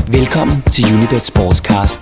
Velkommen til Unibet Sportscast.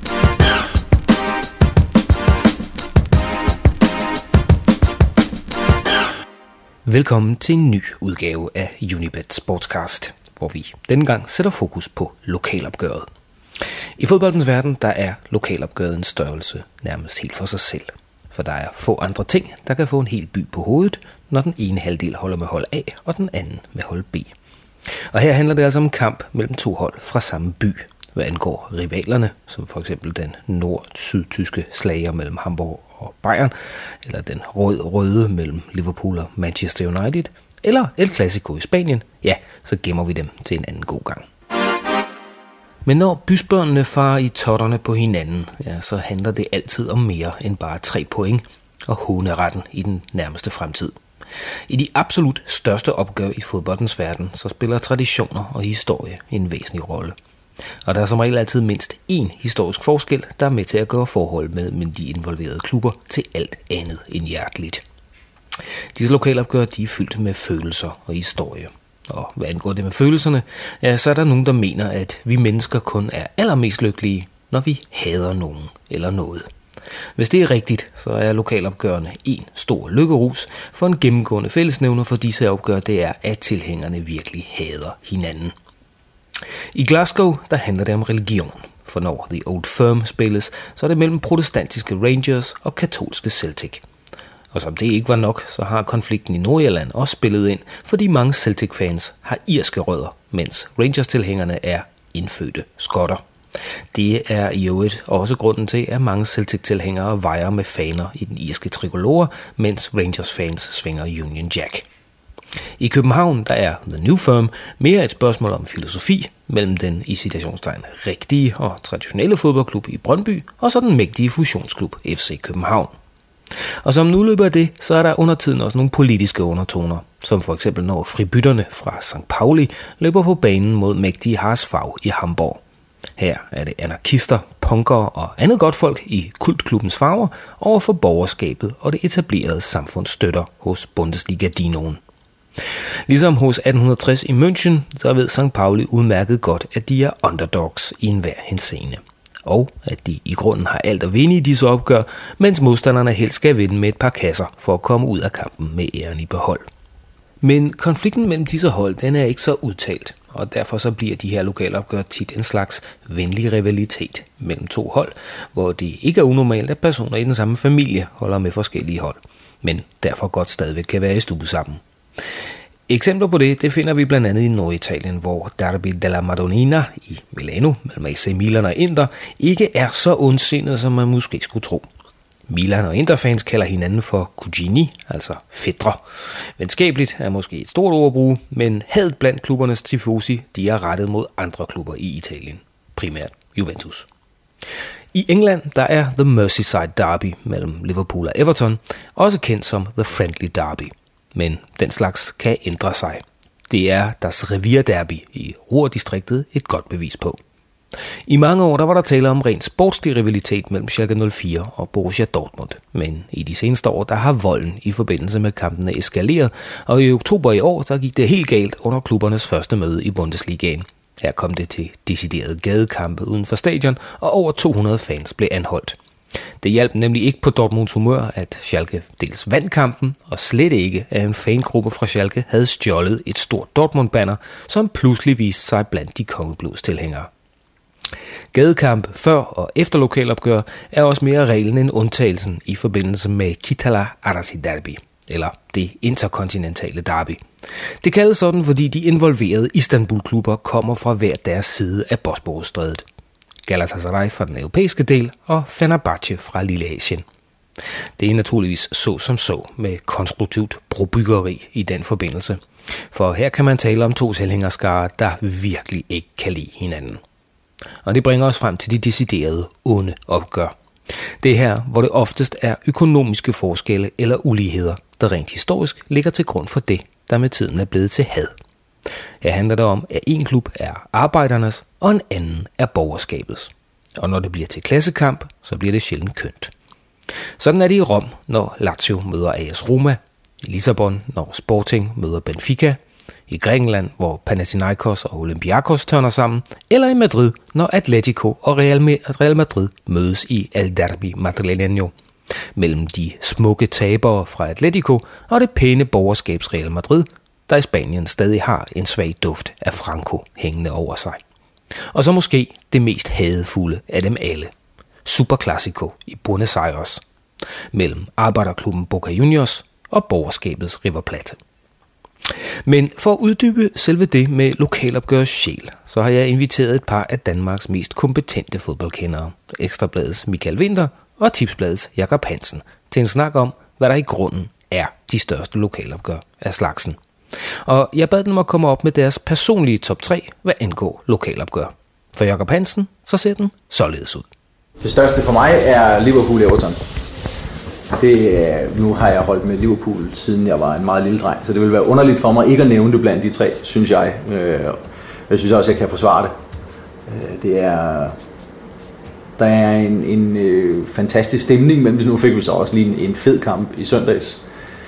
Velkommen til en ny udgave af Unibet Sportscast, hvor vi denne gang sætter fokus på lokalopgøret. I fodboldens verden, der er lokalopgøret en størrelse nærmest helt for sig selv. For der er få andre ting, der kan få en hel by på hovedet, når den ene halvdel holder med hold A, og den anden med hold B. Og her handler det altså om en kamp mellem to hold fra samme by, hvad angår rivalerne, som for eksempel den nord-sydtyske slager mellem Hamburg og Bayern, eller den røde mellem Liverpool og Manchester United, eller El Clasico i Spanien, ja, så gemmer vi dem til en anden god gang. Men når bysbørnene farer i totterne på hinanden, ja, så handler det altid om mere end bare 3 point og håneretten i den nærmeste fremtid. I de absolut største opgør i fodboldens verden, så spiller traditioner og historie en væsentlig rolle. Og der er som regel altid mindst én historisk forskel, der er med til at gøre forholdet mellem de involverede klubber til alt andet end hjerteligt. Disse lokalopgør, de er fyldt med følelser og historie. Og hvad angår det med følelserne, ja, så er der nogen, der mener, at vi mennesker kun er allermest lykkelige, når vi hader nogen eller noget. Hvis det er rigtigt, så er lokalopgørene en stor lykkerus, for en gennemgående fællesnævner for disse opgør, det er, at tilhængerne virkelig hader hinanden. I Glasgow, der handler det om religion, for når The Old Firm spilles, så er det mellem protestantiske Rangers og katolske Celtic. Og som det ikke var nok, så har konflikten i Nordirland også spillet ind, fordi mange Celtic-fans har irske rødder, mens Rangers-tilhængerne er indfødte skotter. Det er i øvrigt også grunden til, at mange Celtic-tilhængere vejer med faner i den irske tricolore, mens Rangers-fans svinger Union Jack. I København, der er The New Firm mere et spørgsmål om filosofi mellem den i citationstegn rigtige og traditionelle fodboldklub i Brøndby og så den mægtige fusionsklub FC København. Og som en udløber af det, så er der undertiden også nogle politiske undertoner, som for eksempel når fribytterne fra St. Pauli løber på banen mod mægtige HSV i Hamburg. Her er det anarkister, punkere og andet godt folk i kultklubbens farver over for borgerskabet og det etablerede samfundsstøtter hos Bundesliga-dinoen. Ligesom hos 1860 i München, så ved St. Pauli udmærket godt, at de er underdogs i enhver henseende. Og at de i grunden har alt at vinde i disse opgør, mens modstanderne helst skal vinde med et par kasser for at komme ud af kampen med æren i behold. Men konflikten mellem disse hold, den er ikke så udtalt, og derfor så bliver de her lokalopgør tit en slags venlig rivalitet mellem to hold, hvor det ikke er unormalt, at personer i den samme familie holder med forskellige hold, men derfor godt stadigvæk kan være i stue sammen. Eksempler på det finder vi blandt andet i Norditalien, hvor Derby della Madonnina i Milano mellem AC Milan og Inter ikke er så ondsindet, som man måske skulle tro. Milan og Inter-fans kalder hinanden for cugini, altså fætre. Venskabeligt er måske et stort ord at bruge, men hadet blandt klubbernes tifosi, de er rettet mod andre klubber i Italien, primært Juventus. I England, der er The Merseyside Derby mellem Liverpool og Everton, også kendt som The Friendly Derby. Men den slags kan ændre sig. Det er deres revirderby i Ruhr-distriktet et godt bevis på. I mange år der var der tale om ren sportslig rivalitet mellem Schalke 04 og Borussia Dortmund. Men i de seneste år der har volden i forbindelse med kampene eskaleret, og i oktober i år der gik det helt galt under klubbernes første møde i Bundesligaen. Her kom det til deciderede gadekampe uden for stadion, og over 200 fans blev anholdt. Det hjalp nemlig ikke på Dortmunds humør, at Schalke dels vandt kampen, og slet ikke, at en fangruppe fra Schalke havde stjålet et stort Dortmund-banner, som pludselig viste sig blandt de kongeblods tilhængere. Gadekamp før og efter lokalopgør er også mere reglen end undtagelsen i forbindelse med Kitala Arasi Derby, eller det interkontinentale derby. Det kaldes sådan, fordi de involverede Istanbul-klubber kommer fra hver deres side af Bosporusstrædet. Galatasaray fra den europæiske del og Fenerbahce fra Lilleasien. Det er naturligvis så med konstruktivt brobyggeri i den forbindelse. For her kan man tale om to tilhængerskarer, der virkelig ikke kan lide hinanden. Og det bringer os frem til de deciderede onde opgør. Det er her, hvor det oftest er økonomiske forskelle eller uligheder, der rent historisk ligger til grund for det, der med tiden er blevet til had. Her handler det om, at en klub er arbejdernes, og en anden er borgerskabets. Og når det bliver til klassekamp, så bliver det sjældent kønt. Sådan er det i Rom, når Lazio møder AS Roma, i Lissabon, når Sporting møder Benfica, i Grækenland, hvor Panathinaikos og Olympiakos tørner sammen, eller i Madrid, når Atletico og Real Madrid mødes i El Derbi Madrileño, mellem de smukke tabere fra Atletico og det pæne borgerskabs Real Madrid, der i Spanien stadig har en svag duft af Franco hængende over sig. Og så måske det mest hadefulde af dem alle, Superclásico i Buenos Aires, mellem arbejderklubben Boca Juniors og borgerskabets River Plate. Men for at uddybe selve det med lokalopgørets sjæl, så har jeg inviteret et par af Danmarks mest kompetente fodboldkendere, Ekstrabladets Michael Winther og Tipsbladets Jakob Hansen, til en snak om, hvad der i grunden er de største lokalopgør af slagsen. Og jeg bad dem at komme op med deres personlige top 3, hvad angår lokalopgør. For Jakob Hansen, så ser den således ud. Det største for mig er Liverpool-Everton. Nu har jeg holdt med Liverpool, siden jeg var en meget lille dreng, så det vil være underligt for mig ikke at nævne det blandt de tre, synes jeg. Jeg synes også, at jeg kan forsvare det. Der er en fantastisk stemning, men nu fik vi så også lige en fed kamp i søndags,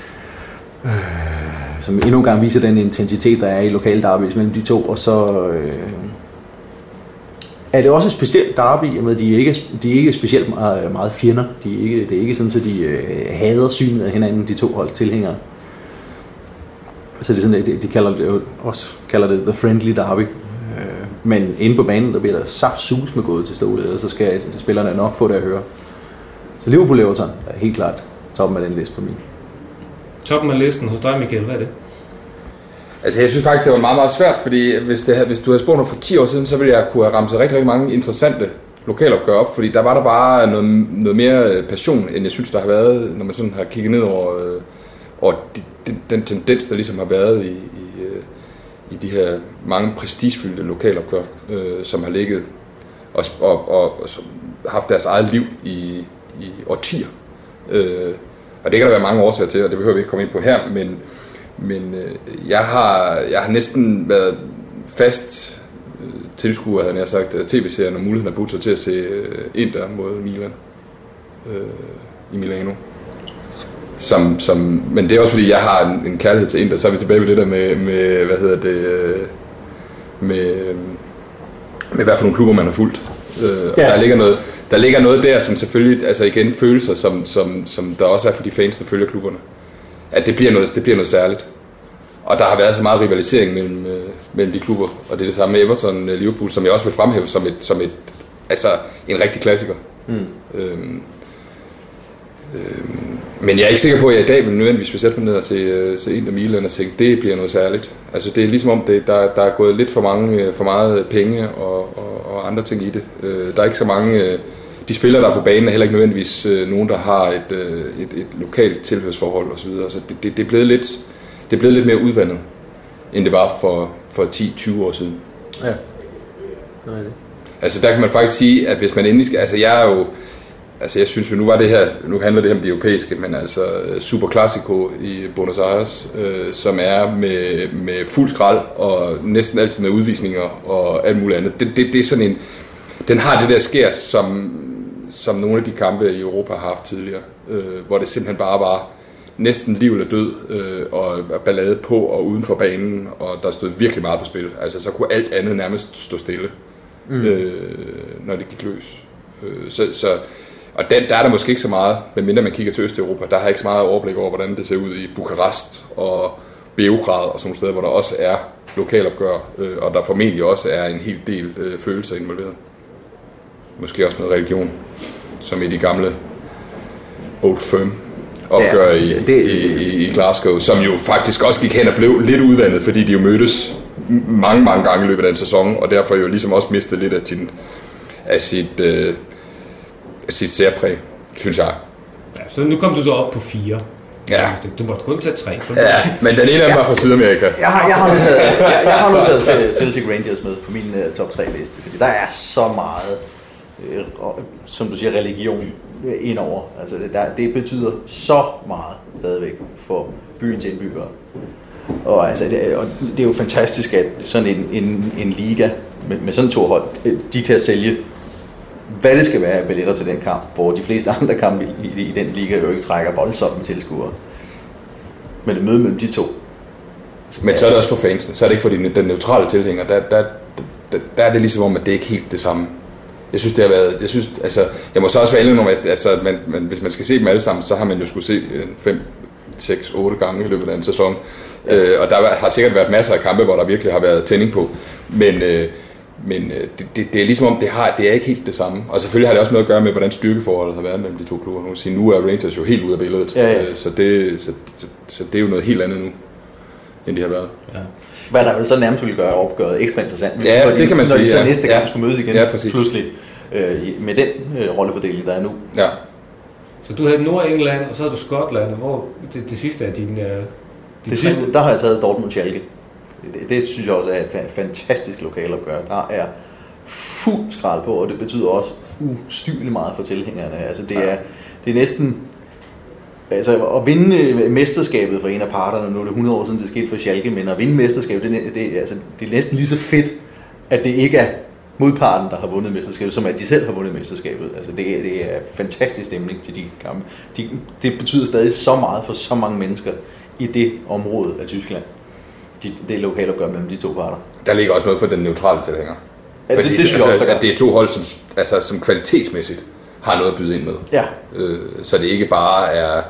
som endnu en gang viser den intensitet, der er i lokale derbys mellem de to, og så er det også et specielt derby, med de er ikke specielt meget fjender. Det er ikke sådan, at de hader synet af hinanden, de to holds tilhængere. Så det er sådan, de kalder det the friendly derby. Men inde på banen, der bliver der saftsus med gået til stålet, og så skal spillerne nok få det at høre. Så Liverpool-Everton er helt klart toppen af den liste på min. Toppen af listen hos dig, Michael, hvad er det? Altså jeg synes faktisk, det var meget, meget svært, fordi hvis du havde spurgt mig for 10 år siden, så ville jeg kunne have ramset rigtig, rigtig mange interessante lokalopgør op, fordi der var der bare noget mere passion, end jeg synes, der har været, når man sådan har kigget ned over den tendens, der ligesom har været i de her mange prestigefyldte lokalopgør, som har ligget og haft deres eget liv i årtier. Og det kan der være mange årsager til, og det behøver vi ikke komme ind på her, men jeg har næsten været fast tilskuer, havde jeg sagt, tv-serien, og muligheden har budt sig til at se Inter mod Milan i Milano. Men det er også fordi, jeg har en kærlighed til Inter, så er vi tilbage ved det der med hvad for nogle klubber man har fulgt. Ja. Der ligger noget der, som selvfølgelig, altså igen, følelser, som der også er for de fans, der følger klubberne. At det bliver noget særligt. Og der har været så meget rivalisering mellem de klubber, og det er det samme med Everton og Liverpool, som jeg også vil fremhæve som en rigtig klassiker. Men jeg er ikke sikker på, at jeg i dag vil nødvendigvis sætte mig ned og se Inter Milan og tænke, det bliver noget særligt. Altså det er ligesom om, der er gået lidt for meget penge og andre ting i det. Der er ikke så mange. De spillere, der er på banen, er heller ikke nødvendigvis nogen, der har et lokalt tilhørsforhold osv. Så det er blevet lidt mere udvandet, end det var for 10-20 år siden. Ja. Nej, det. Altså der kan man faktisk sige, at hvis man endelig skal, jeg synes jo, nu handler det her om det europæiske, men altså Superclásico i Buenos Aires, som er med fuld skrald og næsten altid med udvisninger og alt muligt andet. Det er sådan den har det der skær, som nogle af de kampe i Europa har haft tidligere, hvor det simpelthen bare var næsten liv eller død, og ballade på og uden for banen, og der stod virkelig meget på spil. Altså så kunne alt andet nærmest stå stille, når det gik løs. Og der er der måske ikke så meget, medmindre man kigger til Østeuropa, der har ikke så meget overblik over, hvordan det ser ud i Bukarest og Beograd og sådan nogle steder, hvor der også er lokalopgør, og der formentlig også er en hel del følelser involveret. Måske også noget religion, som i de gamle Old Firm opgør i Glasgow, som jo faktisk også gik hen og blev lidt udvandet, fordi de jo mødtes mange, mange gange i løbet af en sæson, og derfor jo ligesom også mistet lidt af sit særpræg, synes jeg. Ja, så nu kom du så op på 4. Ja. Du måtte kun tage 3. Ja, men den ene af dem var fra Sydamerika. Jeg har noteret Celtic Rangers med på min top 3 liste, fordi der er så meget, som du siger, religion indover. Altså det betyder så meget stadigvæk for byens indbyggere. Og altså det er jo fantastisk, at sådan en liga med sådan 2 hold, de kan sælge hvad det skal være af billetter til den kamp, hvor de fleste andre kampe i den liga jo ikke trækker voldsomt med tilskuere. Men det møde mellem de to, Men så er det også for fansene, så er det ikke for den neutrale tilhænger, der er det ligesom om, at det ikke er helt det samme. Jeg synes, det har været, jeg må så også være ærlig om, at hvis man skal se dem alle sammen, så har man jo skulle se 5, 6, 8 gange i løbet af en sæson. Og der har sikkert været masser af kampe, hvor der virkelig har været tænding på. Men det er ligesom om, det er ikke helt det samme. Og selvfølgelig har det også noget at gøre med, hvordan styrkeforholdet har været mellem de to klubber. Nu er Rangers jo helt ude af billedet. Ja. Så det er jo noget helt andet nu, end de har været. Ja. Hvad der vel så nærmest ville gøre opgøret ekstra interessant. Ja, det kan man sige. Når de så næste gang skulle mødes igen, pludselig. Med den rollefordeling, der er nu. Ja. Så du havde Nordengland, og så havde du Skotland, hvor det sidste er din... Det sidste, der har jeg taget Dortmund-Schalke. Det synes jeg også er et fantastisk lokalopgør. Der er fuld skrald på, og det betyder også ustyrligt meget for tilhængerne. Altså det er næsten... Altså at vinde mesterskabet for en af parterne, nu er det 100 år siden, det skete for Schalke, men at vinde mesterskabet, det er næsten lige så fedt, at det ikke er modparten, der har vundet mesterskabet, som at de selv har vundet mesterskabet. Altså det er fantastisk stemning til de kampe. Det betyder stadig så meget for så mange mennesker i det område af Tyskland. Det er lokalopgør mellem de to parter. Der ligger også noget for den neutrale tilhænger. Ja, fordi det synes jeg også, at det er to hold, som kvalitetsmæssigt har noget at byde ind med. Ja. Så det ikke bare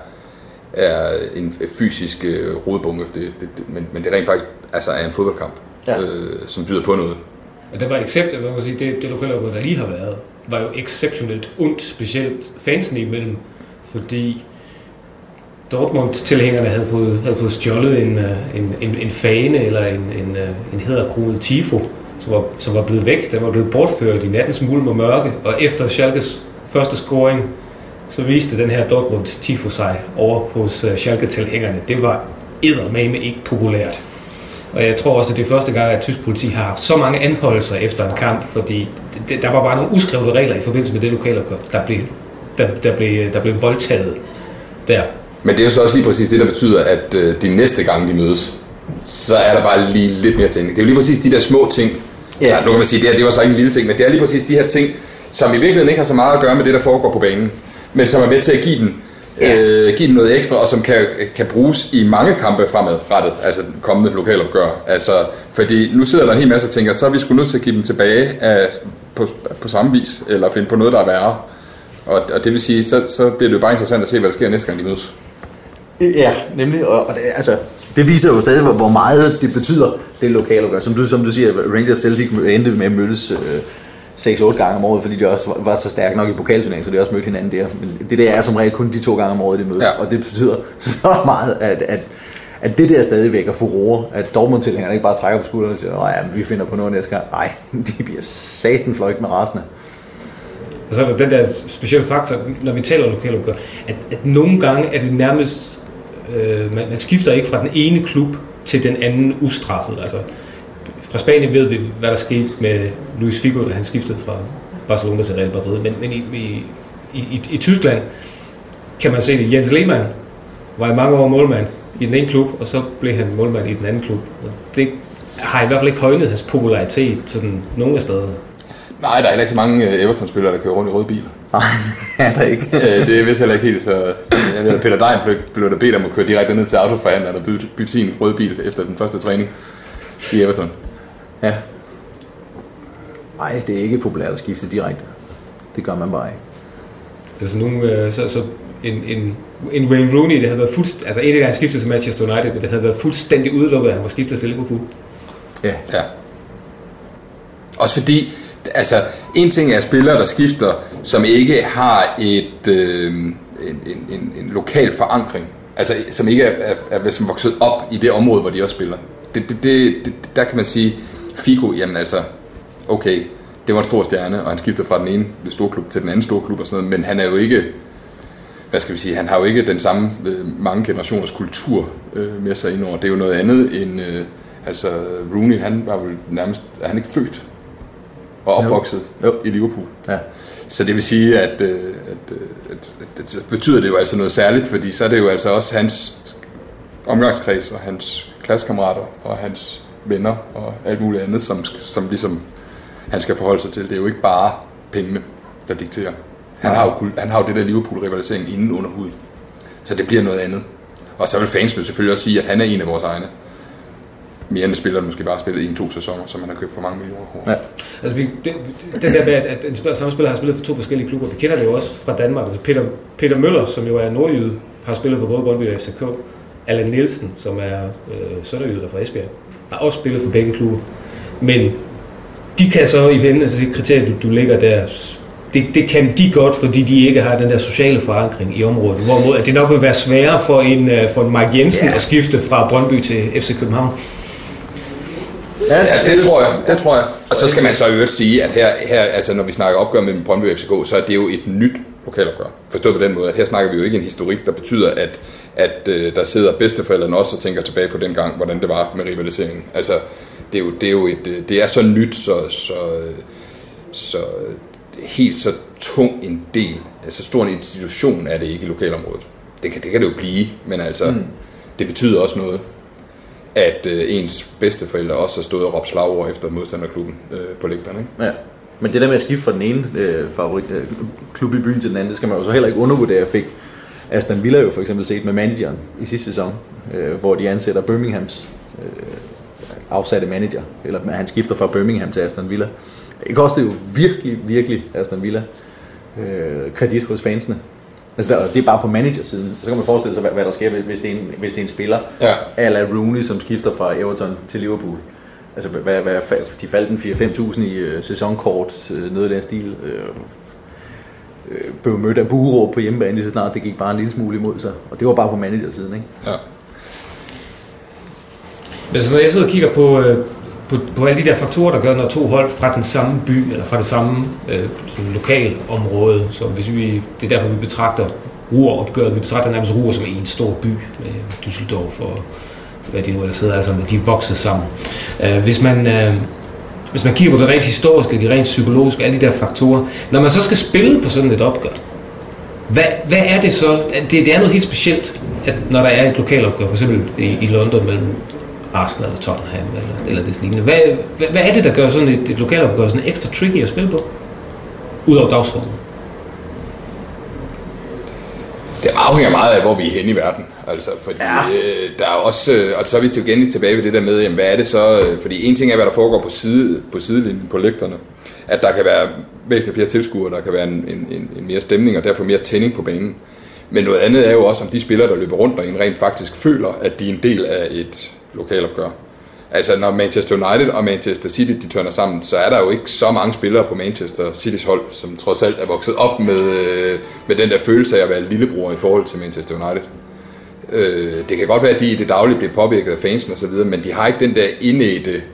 er en fysisk rodebunke, men det rent faktisk er en fodboldkamp, som byder på noget. Og det var exceptionelt, man kan sige, det lokalopgør, der lige har været, var jo exceptionelt ondt, specielt fansene imellem, fordi Dortmund-tilhængerne havde fået stjålet en fane eller en hæderkronet tifo, som var blevet væk. Den var blevet bortført i nattens mulm og mørke, og efter Schalkes første scoring, så viste den her Dortmund-tifo sig over hos Schalke-tilhængerne. Det var eddermame ikke populært. Og jeg tror også, at det er første gang, at tysk politi har haft så mange anholdelser efter en kamp, fordi der var bare nogle uskrevne regler i forbindelse med det lokalopgør, der blev voldtaget der. Men det er jo så også lige præcis det, der betyder, at de næste gange de mødes, så er der bare lige lidt mere ting. Det er jo lige præcis de der små ting. Ja, nu kan man sige, det var så ikke en lille ting, men det er lige præcis de her ting, som i virkeligheden ikke har så meget at gøre med det, der foregår på banen, men som er med til at give den noget ekstra, og som kan bruges i mange kampe fremadrettet, altså kommende lokalopgør. Altså, fordi nu sidder der en hel masse og tænker, så er vi sgu nødt til at give dem tilbage på samme vis, eller finde på noget, der er værre. Og det vil sige, så bliver det jo bare interessant at se, hvad der sker næste gang de mødes. Ja, nemlig, og det viser jo stadig, hvor meget det betyder, det lokalopgør. Som du siger, Rangers Celtic endte med at mødes 6-8 gange om året, fordi de også var så stærke nok i pokalturneringen, så de også mødte hinanden der. Men det der er som regel kun de 2 gange om året, de mødes, og det betyder så meget, at det der stadig vækker furore, at Dortmund-tilhængerne ikke bare trækker på skuldrene og siger, ja, vi finder på noget næste gang. Nej, de bliver satan fløjt med rasende. Og så er der den der specielle faktor, når vi taler lokalopgør, at nogle gange er det nærmest, man skifter ikke fra den ene klub til den anden ustraffet. Altså, fra Spanien ved vi, hvad der skete med Luis Figo, da han skiftede fra Barcelona til Real Madrid. Men i Tyskland kan man se det. Jens Lehmann var i mange år målmand i den ene klub, og så blev han målmand i den anden klub. Og det har i hvert fald ikke højnet hans popularitet sådan nogle af stederne. Nej, der er heller ikke så mange Everton-spillere, der kører rundt i røde biler. Nej, det er der ikke. Det er vist heller ikke helt så... Jeg ved, Peter Dein blev der bedt om at køre direkte ned til autoforhandleren og bytte sin røde bil efter den første træning i Everton. Ja. Nej, det er ikke populært at skifte direkte. Det gør man bare ikke. Altså så en Wayne Rooney, det havde været fuldstændig... Altså en gang han skiftede til Manchester United, men det havde været fuldstændig udelukket, at han var skiftet til Liverpool. Ja. Også fordi... Altså, en ting er spillere, der skifter, som ikke har en lokal forankring. Altså, som ikke er vokset op i det område, hvor de også spiller. Der kan man sige, Figo, jamen altså, okay, det var en stor stjerne, og han skifter fra den ene store klub til den anden store klub og sådan noget, men han er jo ikke, hvad skal vi sige, han har jo ikke den samme mange generationers kultur med sig indover. Det er jo noget andet end, altså, Rooney, han var vel nærmest, er han ikke født? Og opvokset i Liverpool. Ja. Så det vil sige, at det betyder det jo altså noget særligt, fordi så er det jo altså også hans omgangskreds og hans klassekammerater og hans venner og alt muligt andet, som ligesom han skal forholde sig til. Det er jo ikke bare pengene, der dikterer. Han har jo det der Liverpool-rivalisering inden under huden. Så det bliver noget andet. Og så vil fansene selvfølgelig også sige, at han er en af vores egne. mere end spilleren måske bare spillet 1-2 sæsoner, som man har købt for mange millioner kroner. Ja. Altså, den der med, at samme spiller har spillet for 2 forskellige klubber, vi kender det jo også fra Danmark. Altså Peter Møller, som jo er nordjyde, har spillet for både Brøndby og FCK. Allan Nielsen, som er sønderjyde fra Esbjerg, har også spillet for begge klubber. Men de kan så i vende, altså det kriterie, du lægger der, det kan de godt, fordi de ikke har den der sociale forankring i området. Hvorimod at det nok vil være sværere for en Mark Jensen at skifte fra Brøndby til FC København. Ja, det tror jeg. Og så skal man så i øvrigt sige, at her altså når vi snakker opgør med Brøndby og FCK, så er det jo et nyt lokalopgør. Forstået på den måde, at her snakker vi jo ikke en historik, der betyder, at der sidder bedsteforældrene også og tænker tilbage på den gang, hvordan det var med rivaliseringen. Altså, det er så nyt, så helt så tung en del, altså stor en institution er det ikke i lokalområdet. Det kan det jo blive, men altså, det betyder også noget, at ens bedsteforældre også har stået og råbt slagord efter modstanderklubben på lægterne. Ikke? Ja. Men det der med at skifte fra den ene favoritklub i byen til den anden, det skal man jo så heller ikke undervurdere. Fik Aston Villa jo for eksempel set med manageren i sidste sæson, hvor de ansætter Birminghams afsatte manager, eller han skifter fra Birmingham til Aston Villa. Det kostede jo virkelig Aston Villa kredit hos fansene. Altså, det er bare på managersiden. Så kan man forestille sig, hvad der sker, hvis det er en spiller, a la Rooney, som skifter fra Everton til Liverpool. Altså, de faldt en 4-5.000 i sæsonkort, noget af den stil. Blev mødt af bueråb på hjemmebane lige så snart, det gik bare en lille smule imod sig. Og det var bare på managersiden, ikke? Ja. Men så når jeg sidder og kigger på alle de der faktorer, der gør, når 2 hold fra den samme by, eller fra det samme lokalområde, så hvis det er derfor, vi betragter Ruhr-opgøret, vi betragter nærmest Ruhr som en stor by, med Düsseldorf og hvad de nu der sidder, altså de vokser sammen. Hvis man kigger på det rent historiske, de rent psykologiske, alle de der faktorer, når man så skal spille på sådan et opgør, hvad er det så? Det er noget helt specielt, at når der er et lokalopgør, for eksempel i London mellem Arsenal eller Tottenham eller det lignende. Hvad er det, der gør sådan et lokalopgør sådan ekstra tricky at spille på? Udover dagsformen. Det afhænger meget af, hvor vi er henne i verden. Altså, fordi der er også, og så er vi tilbage ved det der med, jamen, hvad er det så? Fordi en ting er, hvad der foregår på sidelinjen, på lægterne. At der kan være væsentligt flere tilskuere, der kan være en mere stemning, og derfor mere tænding på banen. Men noget andet er jo også, om de spillere, der løber rundt derinde, rent faktisk føler, at de er en del af et lokalopgør. Altså, når Manchester United og Manchester City, de tørner sammen, så er der jo ikke så mange spillere på Manchester Citys hold, som trods alt er vokset op med den der følelse af at være lillebror i forhold til Manchester United. Det kan godt være, at de i det daglige bliver påvirket af fansen og så videre, men de har ikke den der indædte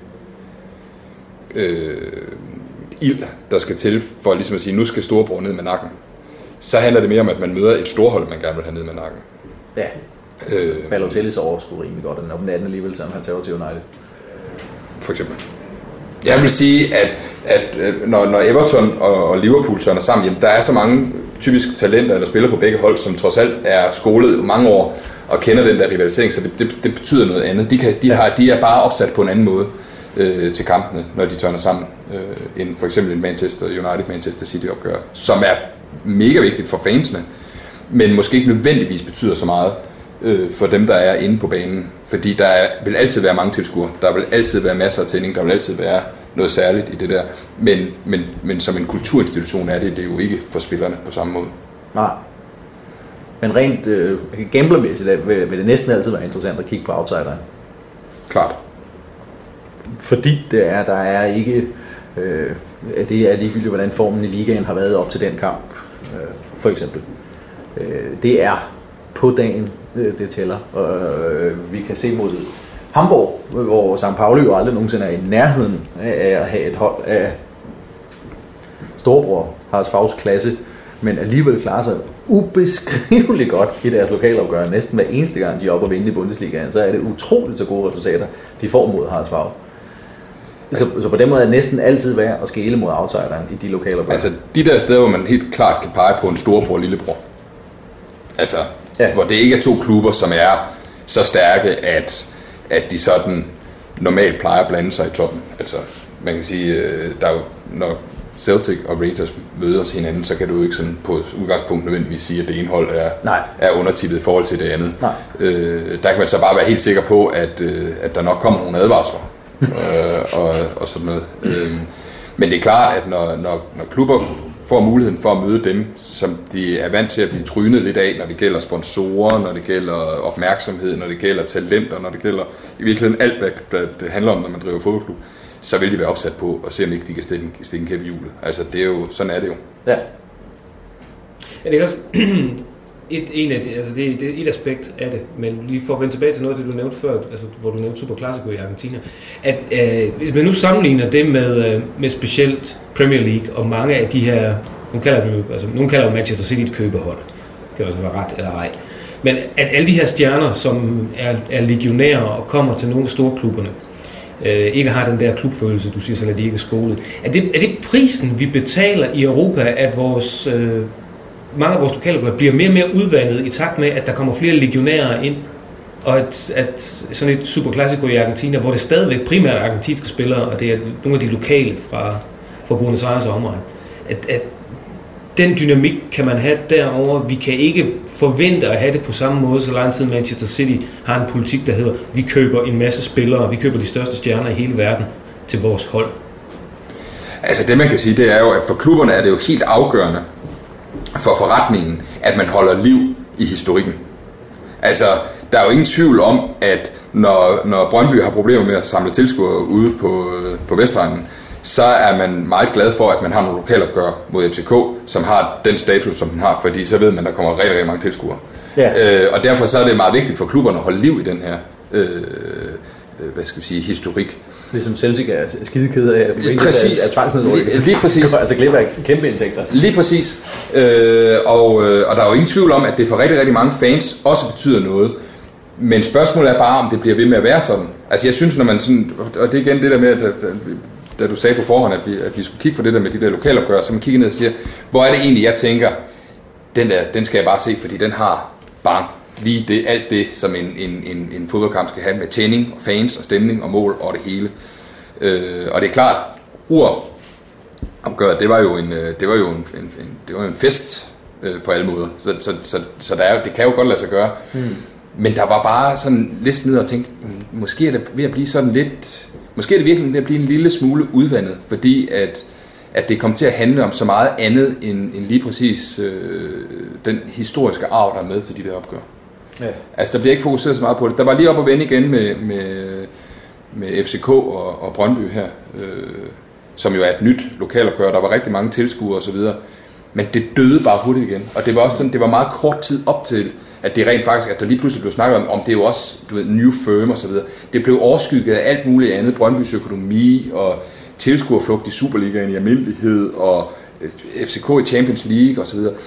ild, der skal til for ligesom at sige, nu skal storebror ned med nakken. Så handler det mere om, at man møder et storhold, man gerne vil have ned med nakken. Ja. Balotelli så overskue rimelig godt, og den op den anden alligevel, selvom han tager til United. For eksempel. Jeg vil sige, at når Everton og Liverpool tørner sammen, jamen, der er så mange typiske talenter eller spillere på begge hold, som trods alt er skolet mange år og kender den der rivalisering, så det betyder noget andet. De er bare opsat på en anden måde til kampene, når de tørner sammen, end for eksempel en Manchester United-Manchester City-opgør, som er mega vigtigt for fansene, men måske ikke nødvendigvis betyder så meget for dem, der er inde på banen. Fordi der vil altid være mange tilskuere, der vil altid være masser af tænding, der vil altid være noget særligt i det der. Men som en kulturinstitution er det jo ikke for spillerne på samme måde. Nej. Men rent gamblermæssigt vil det næsten altid være interessant at kigge på outsideren. Klart. Fordi der er ikke... det er ligegyldigt, hvordan formen i ligaen har været op til den kamp, for eksempel. Det er på dagen, det tæller. Vi kan se mod Hamburg, hvor St. Pauli jo aldrig nogensinde er i nærheden af at have et hold af storebror Haralds Favs klasse, men alligevel klarer sig ubeskriveligt godt i deres lokalopgør. Næsten hver eneste gang, de er oppe og vinde i Bundesligaen, så er det utroligt så gode resultater, de får mod Haralds Favs. Så på den måde er det næsten altid værd at skele mod outsideren i de lokalopgør. Altså de der steder, hvor man helt klart kan pege på en storebror og lillebror. Altså, hvor det ikke er 2 klubber, som er så stærke, at de sådan normalt plejer at blande sig i toppen. Altså, man kan sige, der er jo, når Celtic og Rangers møder hinanden, så kan du ikke sådan på udgangspunkt nødvendigvis sige, at det ene hold er undertippet i forhold til det andet. Der kan man så bare være helt sikker på, at der nok kommer nogle advarsler og sådan noget. Men det er klart, at når klubber får muligheden for at møde dem, som de er vant til at blive trynet lidt af, når det gælder sponsorer, når det gælder opmærksomhed, når det gælder talenter, når det gælder i virkeligheden alt, hvad det handler om, når man driver fodboldklub, så vil de være opsat på at se, om ikke de kan stikke en kæp i hjulet. Altså, det er jo, sådan er det jo. Ja. Ja, det er også det er et aspekt af det, men lige for at vende tilbage til noget af det, du nævnte før, altså, hvor du nævnte Superclásico i Argentina, at hvis man nu sammenligner det med specielt Premier League og mange af de her, nogle kalder jo Manchester City et købehold, det kan også være ret eller ej, men at alle de her stjerner, som er legionære og kommer til nogle af storklubberne, ikke har den der klubfølelse, du siger selv, at de ikke er skolet. Er det prisen, vi betaler i Europa, at mange af vores lokalklubber bliver mere og mere udvandet i takt med, at der kommer flere legionærer ind, og at sådan et Superclásico i Argentina, hvor det stadigvæk primært er argentinske spillere, og det er nogle af de lokale fra Buenos Aires og omegn, at den dynamik kan man have derovre. Vi kan ikke forvente at have det på samme måde, så lang tid Manchester City har en politik, der hedder, vi køber en masse spillere, vi køber de største stjerner i hele verden til vores hold. Altså det man kan sige, det er jo, at for klubberne er det jo helt afgørende for forretningen, at man holder liv i historikken. Altså, der er jo ingen tvivl om, at når Brøndby har problemer med at samle tilskuere ude på Vestegnen, så er man meget glad for, at man har nogle lokalopgør mod FCK, som har den status, som den har, fordi så ved man, at der kommer rigtig, rigtig mange tilskuere. Ja. Og derfor så er det meget vigtigt for klubberne at holde liv i den her historik. Ligesom Celtic er skidekede af, at Rangers er tvangsnedrykket. Lige præcis. Altså glipper af kæmpe indtægter. Lige præcis. Og der er jo ingen tvivl om, at det for rigtig, rigtig mange fans også betyder noget. Men spørgsmålet er bare, om det bliver ved med at være sådan. Altså jeg synes, når man sådan, og det er igen det der med, at da du sagde på forhånd, at vi skulle kigge på det der med de der lokalopgør, så man kigger ned og siger, hvor er det egentlig, jeg tænker, den skal jeg bare se, fordi den har bare lige alt det, som en fodboldkamp skal have med tænding og fans og stemning og mål og det hele. Og det er klart, Ruhr-opgøret, det var jo en fest på alle måder. Så der er, det kan jo godt lade sig gøre. Men der var bare sådan lidt ned og tænkte, måske er det ved at blive sådan lidt, måske er det virkelig ved at blive en lille smule udvandet, fordi at det kom til at handle om så meget andet end lige præcis den historiske arv, der er med til de der opgør. Ja. Altså der bliver ikke fokuseret så meget på det. Der var lige op og vende igen med FCK og Brøndby her, som jo er et nyt lokalopgør. Der var rigtig mange tilskuere og så videre, men det døde bare hurtigt igen. Og det var også sådan, det var meget kort tid op til, at det rent faktisk, at der lige pludselig blev snakket om det er jo også, du ved, new firm og så videre. Det blev overskygget af alt muligt andet, Brøndbys økonomi og tilskuerflugt i Superligaen i almindelighed og FCK i Champions League og så videre.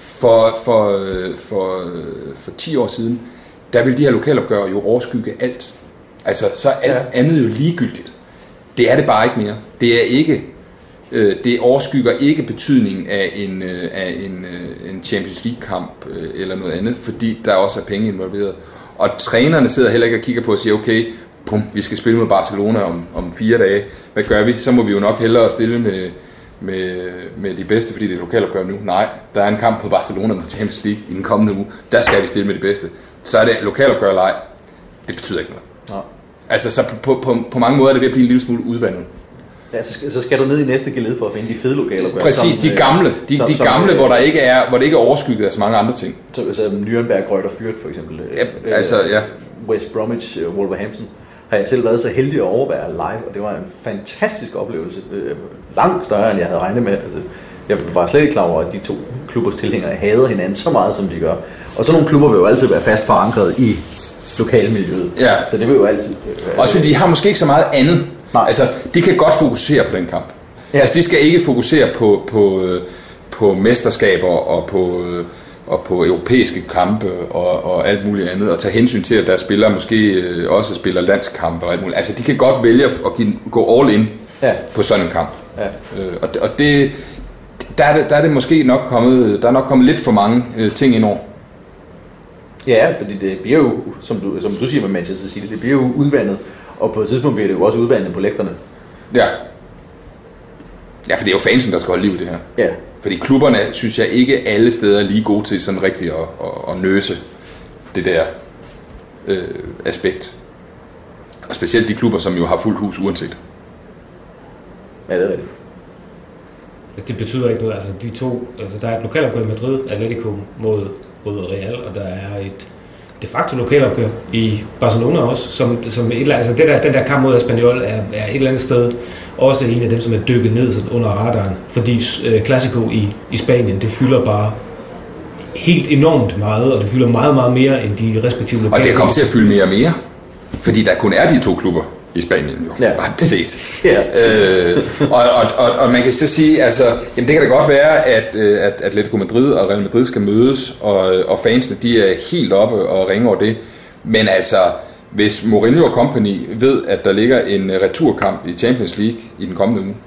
For 10 år siden, der ville de her lokalopgør jo overskygge alt. Altså, så er alt andet jo ligegyldigt. Det er det bare ikke mere. Det overskygger ikke betydningen af en Champions League-kamp eller noget andet, fordi der også er penge involveret. Og trænerne sidder heller ikke og kigger på og siger, okay, vi skal spille mod Barcelona om 4 dage. Hvad gør vi? Så må vi jo nok hellere stille med de bedste, fordi det er lokalopgør nu. Nej, der er en kamp på Barcelona mod Champions League i den kommende uge. Der skal vi stille med de bedste. Så er det lokalopgør eller ej. Det betyder ikke noget. Ja. Altså, så på mange måder er det ved at blive en lille smule udvandet. Ja, så skal du ned i næste geled for at finde de fede lokalopgør. Præcis, de gamle, hvor det ikke er overskygget af så mange andre ting. Så Nürnberg, Greuther Fürth for eksempel. West Bromwich, Wolverhampton. Har jeg selv været så heldig at overvære live, og det var en fantastisk oplevelse. Langt større, end jeg havde regnet med. Altså, jeg var slet ikke klar over, at de to klubbers tilhængere hader hinanden så meget, som de gør. Og så nogle klubber vil jo altid være fast forankret i lokalmiljøet. Ja. Så det vil jo altid... Også fordi de har måske ikke så meget andet. Nej. Altså, de kan godt fokusere på den kamp. Ja. Altså, de skal ikke fokusere på mesterskaber og på europæiske kampe og alt muligt andet, og tage hensyn til, at der spillere måske også spiller landskampe og alt muligt. Altså, de kan godt vælge at gå all in på sådan en kamp. Ja. Og det, der er det måske nok kommet lidt for mange ting ind over. Ja, fordi det bliver jo, som du siger med Manchester City, det bliver jo udvandet, og på et tidspunkt bliver det jo også udvandet på lægterne. Ja. Ja, for det er jo fansen, der skal holde liv i det her. Ja. Fordi klubberne, synes jeg ikke alle steder er lige gode til sådan rigtigt at nøse det der aspekt. Og specielt de klubber, som jo har fuldt hus uanset. Ja, det er rigtigt. Det betyder ikke noget. Altså de to, altså der er et lokalopgør i Madrid, Atletico mod Real, og der er et de facto lokalopgør i Barcelona også, som et eller andet, altså den der kamp mod Espanyol er et eller andet sted også en af dem, som er dykket ned under radaren, fordi Clásico i Spanien, det fylder bare helt enormt meget, og det fylder meget, meget mere end de respektive lokale. Og det kommer til at fylde mere og mere, fordi der kun er de to klubber i Spanien jo, ret beset. Ja. Og man kan så sige, altså, jamen det kan da godt være, at Atletico Madrid og Real Madrid skal mødes, og fansene, de er helt oppe og ringer over det. Men altså, hvis Mourinho og company ved, at der ligger en returkamp i Champions League i den kommende uge,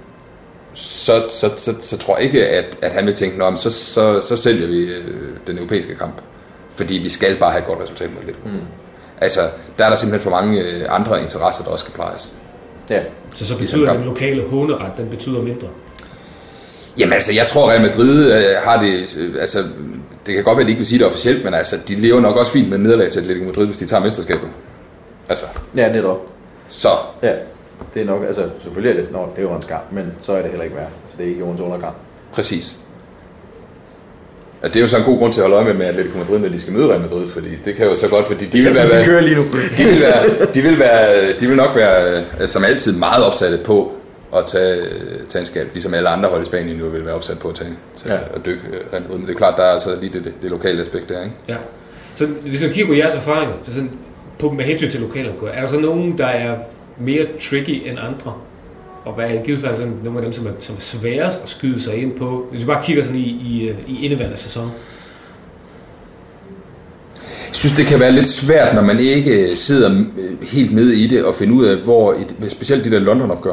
så tror jeg ikke, at han vil tænke, nå, så sælger vi den europæiske kamp. Fordi vi skal bare have et godt resultat med Atletico. Altså, der er der simpelthen for mange andre interesser, der også skal plejes. Ja. Så betyder den lokale håneret, den betyder mindre? Jamen altså, jeg tror, Real Madrid har det... Altså, det kan godt være, at de ikke vil sige det officielt, men altså, de lever nok også fint med nederlag til Atletico Madrid, hvis de tager mesterskabet. Altså. Ja, netop. Så. Ja, det er nok... Altså, selvfølgelig er det... Nå, det er jo en skam, men så er det heller ikke værd. Altså, det er ikke jordens undergang. Præcis. Og det er jo så en god grund til at holde øje med Atletico Madrid, når de skal møde Real Madrid, fordi det kan jo så godt, fordi de vil være... De kører lige nu. De vil nok være, som altid, meget opsatte på at tage en skab, ligesom alle andre hold i Spanien jo vil være opsat på at tage og dykke Real Madrid. Men det er klart, der er altså lige det lokale aspekt der, ikke? Ja. Så hvis vi kigger på jeres erfaringer, så sådan, med hensyn til lokalopgør, er der så nogen, der er mere tricky end andre? Og hvad er i givet fald sådan nogle af dem, som er sværest at skyde sig ind på, hvis vi bare kigger sådan i indeværende sæson? Jeg synes, det kan være lidt svært, når man ikke sidder helt nede i det og finder ud af, hvor, specielt de der London-opgør,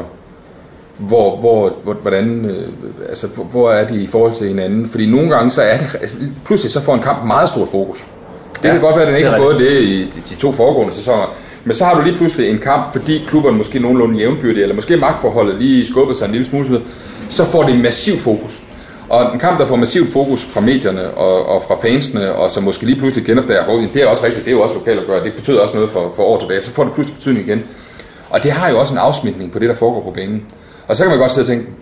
hvor er de i forhold til hinanden. Fordi nogle gange, så er det pludselig så får en kamp meget stort fokus. Det kan godt være, at den ikke har fået det i de to foregående sæsoner. Men så har du lige pludselig en kamp, fordi klubberne måske nogenlunde jævnbyrdige, eller måske magtforholdet lige skubbet sig en lille smule, så får det massivt fokus. Og en kamp, der får massivt fokus fra medierne og fra fansene, og som måske lige pludselig genopdager, det er også rigtigt, det er jo også lokalt at gøre, det betyder også noget for år tilbage, så får det pludselig betydning igen. Og det har jo også en afsmitning på det, der foregår på banen. Og så kan man godt sidde og tænke,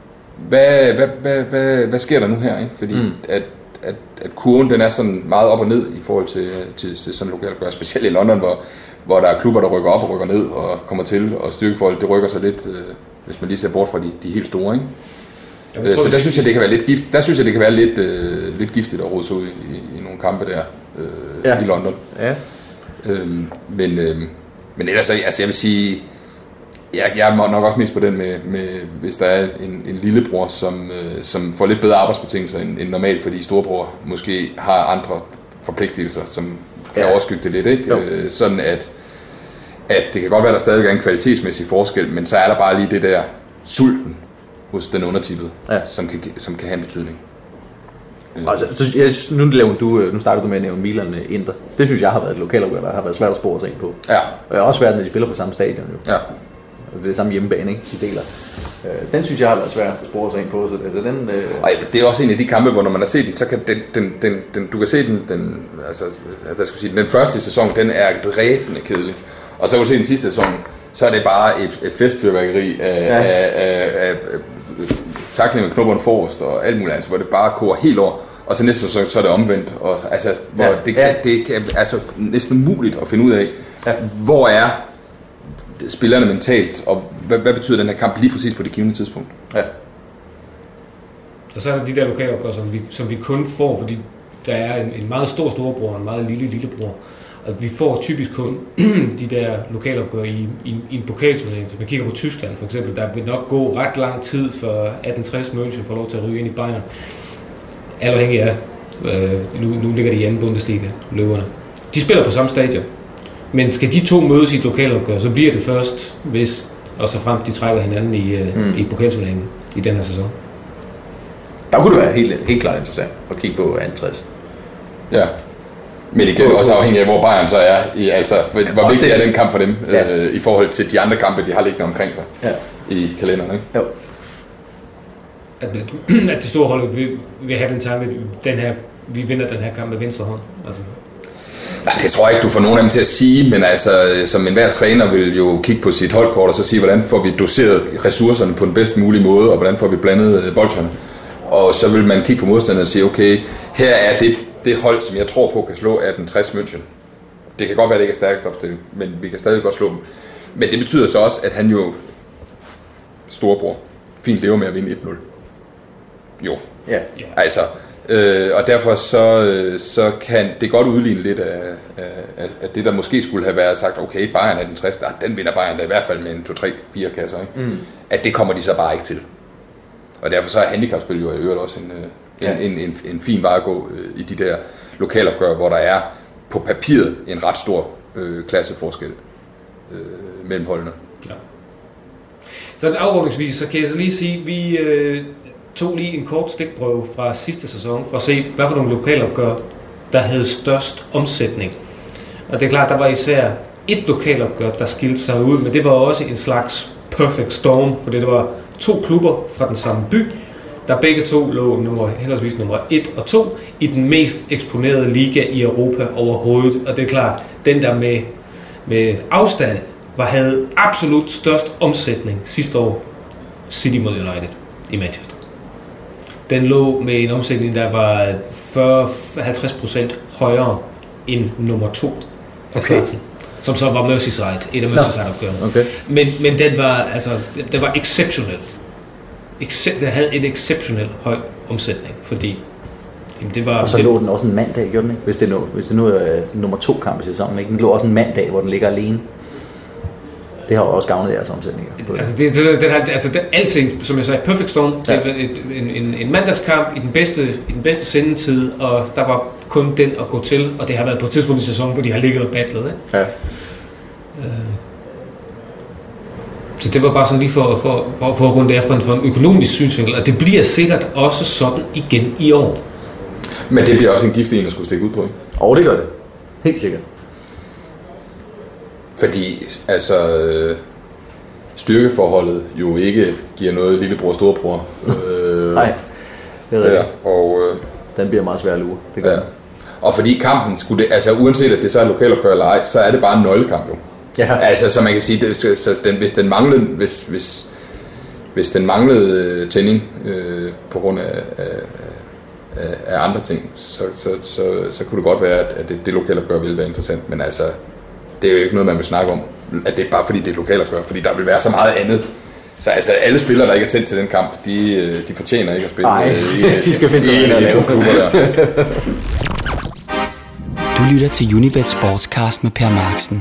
hvad sker der nu her? Ikke? Fordi at kurven, den er sådan meget op og ned i forhold til sådan lokalt at gøre, specielt i London, hvor der er klubber, der rykker op og rykker ned og kommer til, og styrkefolk, det rykker sig lidt, hvis man lige ser bort fra de helt store, ikke? Så der synes jeg, det kan være lidt gift. Der synes jeg, det kan være lidt giftigt at rode sig ud i nogle kampe der i London. Ja. Men ellers, altså jeg vil sige, jeg er nok også mest på den med hvis der er en lillebror, som får lidt bedre arbejdsbetingelser end normalt, fordi storebror måske har andre forpligtelser, som kan overskygge det lidt, ikke? Sådan at det kan godt være, der stadig er en kvalitetsmæssig forskel, men så er der bare lige det der sulten hos den undertippede, som kan have en betydning. Altså, nu starter du med at nævne Milan med Inter. Det synes jeg har været et lokalopgør, der har været svært at spore sig ind på. Ja. Og også svært, når de spiller på samme stadion. Jo. Ja. Altså, det er samme hjemmebane, ikke? De deler. Den synes jeg har været svært at spore sig ind på. Så, altså, den, det er også en af de kampe, hvor når man har set den, så kan du kan se den altså, hvad skal jeg sige, den første sæson, den er dræbende kedelig. Og så kan du se den sidste sæson, så er det bare et festfyrværkeri af tackling med knopperne forrest og alt muligt andet, hvor det bare koger helt over. Og så næste sæson, så er det omvendt. Og så, altså, hvor det kan altså næsten umuligt at finde ud af, hvor er spillerne mentalt, og hvad betyder den her kamp lige præcis på det givne tidspunkt. Ja. Og så er der de der lokalopgør, som vi kun får, fordi der er en meget stor storebror og en meget lillebror. Og vi får typisk kun de der lokalopgør i en pokalturnering. Hvis man kigger på Tyskland for eksempel, der vil nok gå ret lang tid for 1860 München får lov til at ryge ind i Bayern. Alt afhængig af, nu ligger de i anden Bundesliga, løverne. De spiller på samme stadion. Men skal de to mødes i et lokalopgør, så bliver det først, hvis og så frem de trækker hinanden i pokalturneringen i den her sæson. Der kunne det være helt klart interessant at kigge på 1860. Ja. Men igen også afhængig af, hvor Bayern så er i, altså hvor vigtig er den kamp for dem i forhold til de andre kampe, de har liggende omkring sig i kalenderen, ikke? Jo. at det store hold vil have den tanke, vi vinder den her kamp med venstre hånd. Altså. Nej, det tror jeg ikke, du får nogen af dem til at sige, men altså, som enhver træner vil jo kigge på sit holdkort og så sige, hvordan får vi doseret ressourcerne på den bedst mulige måde, og hvordan får vi blandet bolcherne. Og så vil man kigge på modstanderen og sige, okay, her er det hold, som jeg tror på kan slå 1860 München. Det kan godt være, at det ikke er stærkest opstilling, men vi kan stadig godt slå dem. Men det betyder så også, at han jo, storebror, fint lever med at vinde 1-0. Jo. Ja. Altså, og derfor så kan det godt udligne lidt af det, der måske skulle have været sagt, okay, Bayern 1860, den vinder Bayern da i hvert fald med en 2-3-4 kasser, ikke? Mm. At det kommer de så bare ikke til. Og derfor så er handicapspil jo i øvrigt også en fin vej at gå i de der lokalopgør, hvor der er på papiret en ret stor klasseforskel mellem holdene. Ja. Så afrundingsvis, så kan jeg så lige sige, vi tog lige en kort stikprøve fra sidste sæson, for at se, hvad for nogle lokalopgør, der havde størst omsætning. Og det er klart, der var især et lokalopgør, der skilte sig ud, men det var også en slags perfect storm, for det var 2 klubber fra den samme by, der begge to lå henholdsvis nummer 1 og 2 i den mest eksponerede liga i Europa overhovedet. Og det er klart, den der med afstand havde absolut størst omsætning sidste år, City mod United i Manchester. Den lå med en omsætning, der var 40-50% højere end nummer 2 af klassen, som så var Merseyside, et af Merseyside-opgørene. Okay. Men den var exceptionel. Den havde en exceptionel høj omsætning, fordi det var... Og så lå den også en mandag, gjorde den ikke? Hvis det nu er nummer 2 kamp i sæsonen, ikke? Den lå også en mandag, hvor den ligger alene. Det har også gavnet jeres omsætninger. Altså alting, som jeg sagde, perfect storm. Ja. Det var en mandagskamp i den bedste sendetid, og der var kun den at gå til, og det har været på et tidspunkt i sæsonen, hvor de har ligget og battlet. Ikke? Ja. Så det var bare sådan lige for at runde det fra en økonomisk synsvinkel, og det bliver sikkert også sådan igen i år. Men det bliver også en giftig en at skulle stikke ud på, ikke? Og det gør det. Helt sikkert. Fordi altså styrkeforholdet jo ikke giver noget lillebror og storebror. Nej, det er rigtigt. Og den bliver meget svær at luge. Det gør den. Og fordi kampen skulle det, altså uanset at det så er lokalopgør eller ej, så er det bare en nøglekamp jo. Ja. Altså så man kan sige, hvis den manglede tænding på grund af andre ting, så kunne det godt være, at det lokalopgør ville være interessant, men altså det er jo ikke noget, man vil snakke om, at det er bare fordi det er lokalopgør, fordi der vil være så meget andet. Så altså alle spillere, der ikke er tændt til den kamp, de fortjener ikke at spille. Nej, de skal finde sig en af de 2 klubber der. Du lytter til Unibet Sportscast med Per Marksen.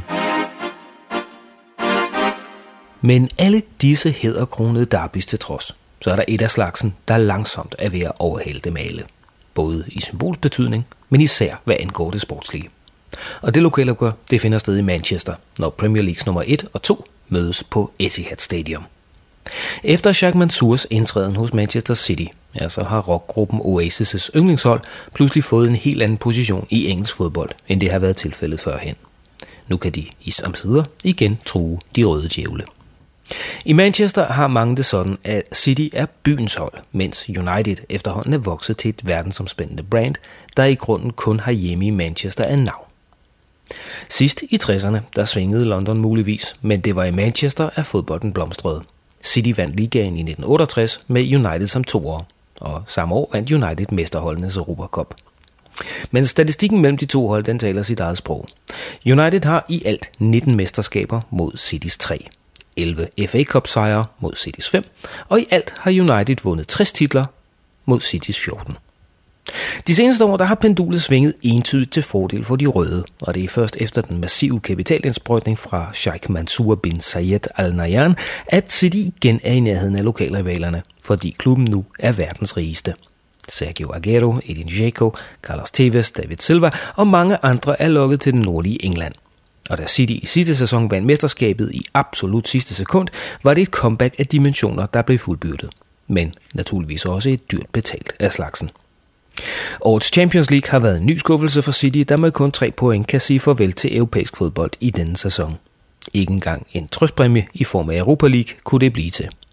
Men alle disse hæderkronede derbys til trods, så er der et af slagsen, der langsomt er ved at overhale dem alle. Både i symbolsk betydning, men især hvad angår det sportslige. Og det lokalopgør, det finder sted i Manchester, når Premier Leagues nummer 1 og 2 mødes på Etihad Stadium. Efter Sheikh Mansours indtræden hos Manchester City, så har rockgruppen Oasis' yndlingshold pludselig fået en helt anden position i engelsk fodbold, end det har været tilfældet førhen. Nu kan de i samtidig igen true de røde djævle. I Manchester har mange det sådan, at City er byens hold, mens United efterhånden er vokset til et verdensomspændende brand, der i grunden kun har hjemme i Manchester af navn. Sidst i 60'erne, der svingede London muligvis, men det var i Manchester, at fodbolden blomstrede. City vandt ligaen i 1968 med United som toer, og samme år vandt United mesterholdenes Europa Cup. Men statistikken mellem de 2 hold, den taler sit eget sprog. United har i alt 19 mesterskaber mod Citys 3, 11 FA Cup sejre mod Citys 5, og i alt har United vundet 60 titler mod Citys 14. De seneste år der har pendulet svinget entydigt til fordel for de røde, og det er først efter den massive kapitalindsprøjtning fra Sheikh Mansour bin Zayed Al Nahyan, at City igen er i nærheden af lokalrivalerne, fordi klubben nu er verdens rigeste. Sergio Aguero, Edin Dzeko, Carlos Tevez, David Silva og mange andre er lokket til den nordlige England. Og da City i sidste sæson vandt mesterskabet i absolut sidste sekund, var det et comeback af dimensioner, der blev fuldbyrdet. Men naturligvis også et dyrt betalt af slagsen. Årets Champions League har været en ny skuffelse for City, der med kun 3 point kan sige farvel til europæisk fodbold i denne sæson. Ikke engang en trøstpræmie i form af Europa League kunne det blive til.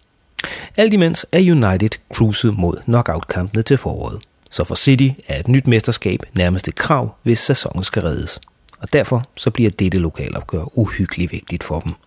Alt imens er United cruiset mod knockout-kampene til foråret. Så for City er et nyt mesterskab nærmest et krav, hvis sæsonen skal reddes. Og derfor så bliver dette lokalopgør uhyggeligt vigtigt for dem.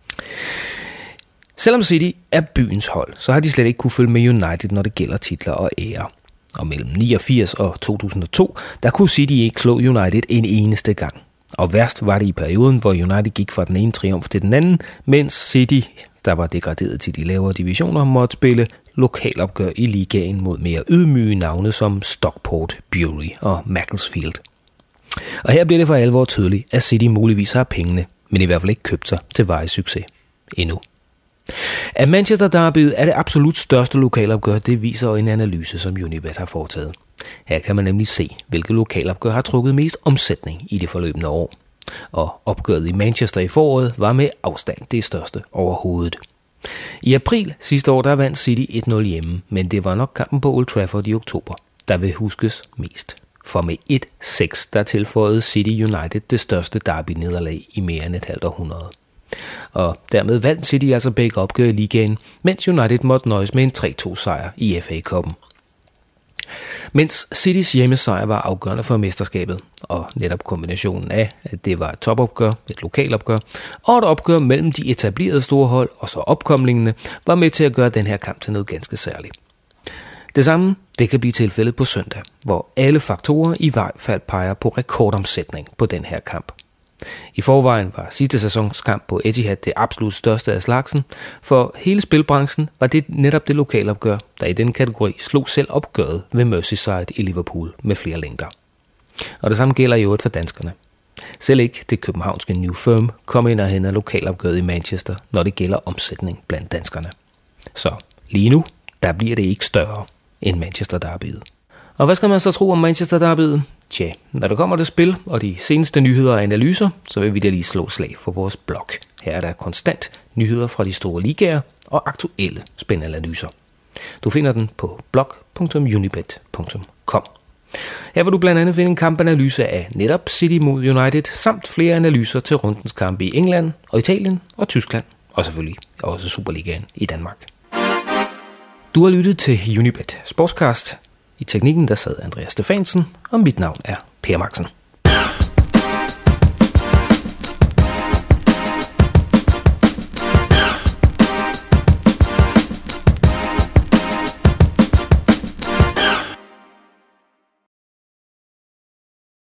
Selvom City er byens hold, så har de slet ikke kunne følge med United, når det gælder titler og ære. Og mellem 89 og 2002, der kunne City ikke slå United en eneste gang. Og værst var det i perioden, hvor United gik fra den ene triumf til den anden, mens City, der var degraderet til de lavere divisioner, måtte spille lokalopgør i ligaen mod mere ydmyge navne som Stockport, Bury og Macclesfield. Og her bliver det for alvor tydeligt, at City muligvis har pengene, men i hvert fald ikke købt sig til varig succes endnu. At Manchester Derbyet er det absolut største lokalopgør, det viser en analyse, som Unibet har foretaget. Her kan man nemlig se, hvilke lokalopgør har trukket mest omsætning i det forløbende år. Og opgøret i Manchester i foråret var med afstand det største overhovedet. I april sidste år der vandt City 1-0 hjemme, men det var nok kampen på Old Trafford i oktober, der vil huskes mest. For med 1-6 der tilføjede City United det største derby-nederlag i mere end et halvt århundrede. Og dermed vandt City altså begge opgør i ligaen, mens United måtte nøjes med en 3-2 sejr i FA-cuppen. Mens Citys hjemmesejr var afgørende for mesterskabet, og netop kombinationen af, at det var et topopgør, et lokalopgør, og et opgør mellem de etablerede store hold og så opkomlingene, var med til at gøre den her kamp til noget ganske særligt. Det samme, det kan blive tilfældet på søndag, hvor alle faktorer i hvert fald peger på rekordomsætning på den her kamp. I forvejen var sidste sæsons kamp på Etihad det absolut største af slagsen, for hele spilbranchen var det netop det lokalopgør, der i den kategori slog selv opgøret ved Merseyside i Liverpool med flere længder. Og det samme gælder i øvrigt for danskerne. Selv ikke det københavnske New Firm kom ind og hen af lokalopgøret i Manchester, når det gælder omsætning blandt danskerne. Så lige nu, der bliver det ikke større end Manchester Derbyet. Og hvad skal man så tro om Manchester Derbyet? Tja, når der kommer til spil og de seneste nyheder og analyser, så vil vi da lige slå slag for vores blog. Her er der konstant nyheder fra de store ligaer og aktuelle spilanalyser. Du finder den på blog.unibet.com. Her vil du blandt andet finde en kampanalyse af netop City mod United, samt flere analyser til rundens kampe i England og Italien og Tyskland, og selvfølgelig også Superligaen i Danmark. Du har lyttet til Unibet Sportscast. I teknikken der sad Andreas Stefansen, og mit navn er Per Maxen.